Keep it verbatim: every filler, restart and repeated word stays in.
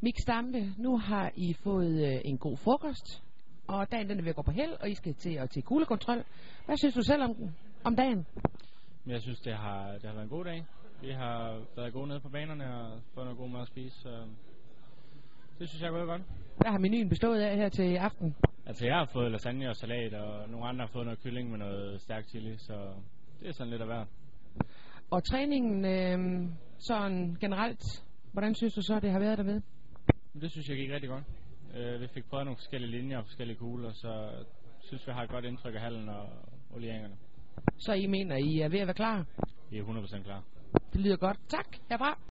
Mik Stampe, nu har I fået øh, en god frokost, og dagen den er ved at gå på held, og I skal til at til kuglekontrol. Hvad synes du selv om, om dagen? Jeg synes, det har, det har været en god dag. Vi har været gode nede på banerne og fået noget god mad at spise, så det synes jeg er gået godt. Hvad har menuen bestået af her til aften? Altså, jeg har fået lasagne og salat, og nogle andre har fået noget kylling med noget stærk chili, så det er sådan lidt af hvert. Og træningen, øh, sådan generelt, hvordan synes du så, det har været dermed? Det synes jeg gik rigtig godt. Uh, vi fik prøvet nogle forskellige linjer og forskellige kugler, så synes vi har et godt indtryk af hallen og olieringerne. Så I mener, I er ved at være klar? Vi er hundrede procent klar. Det lyder godt. Tak herfra.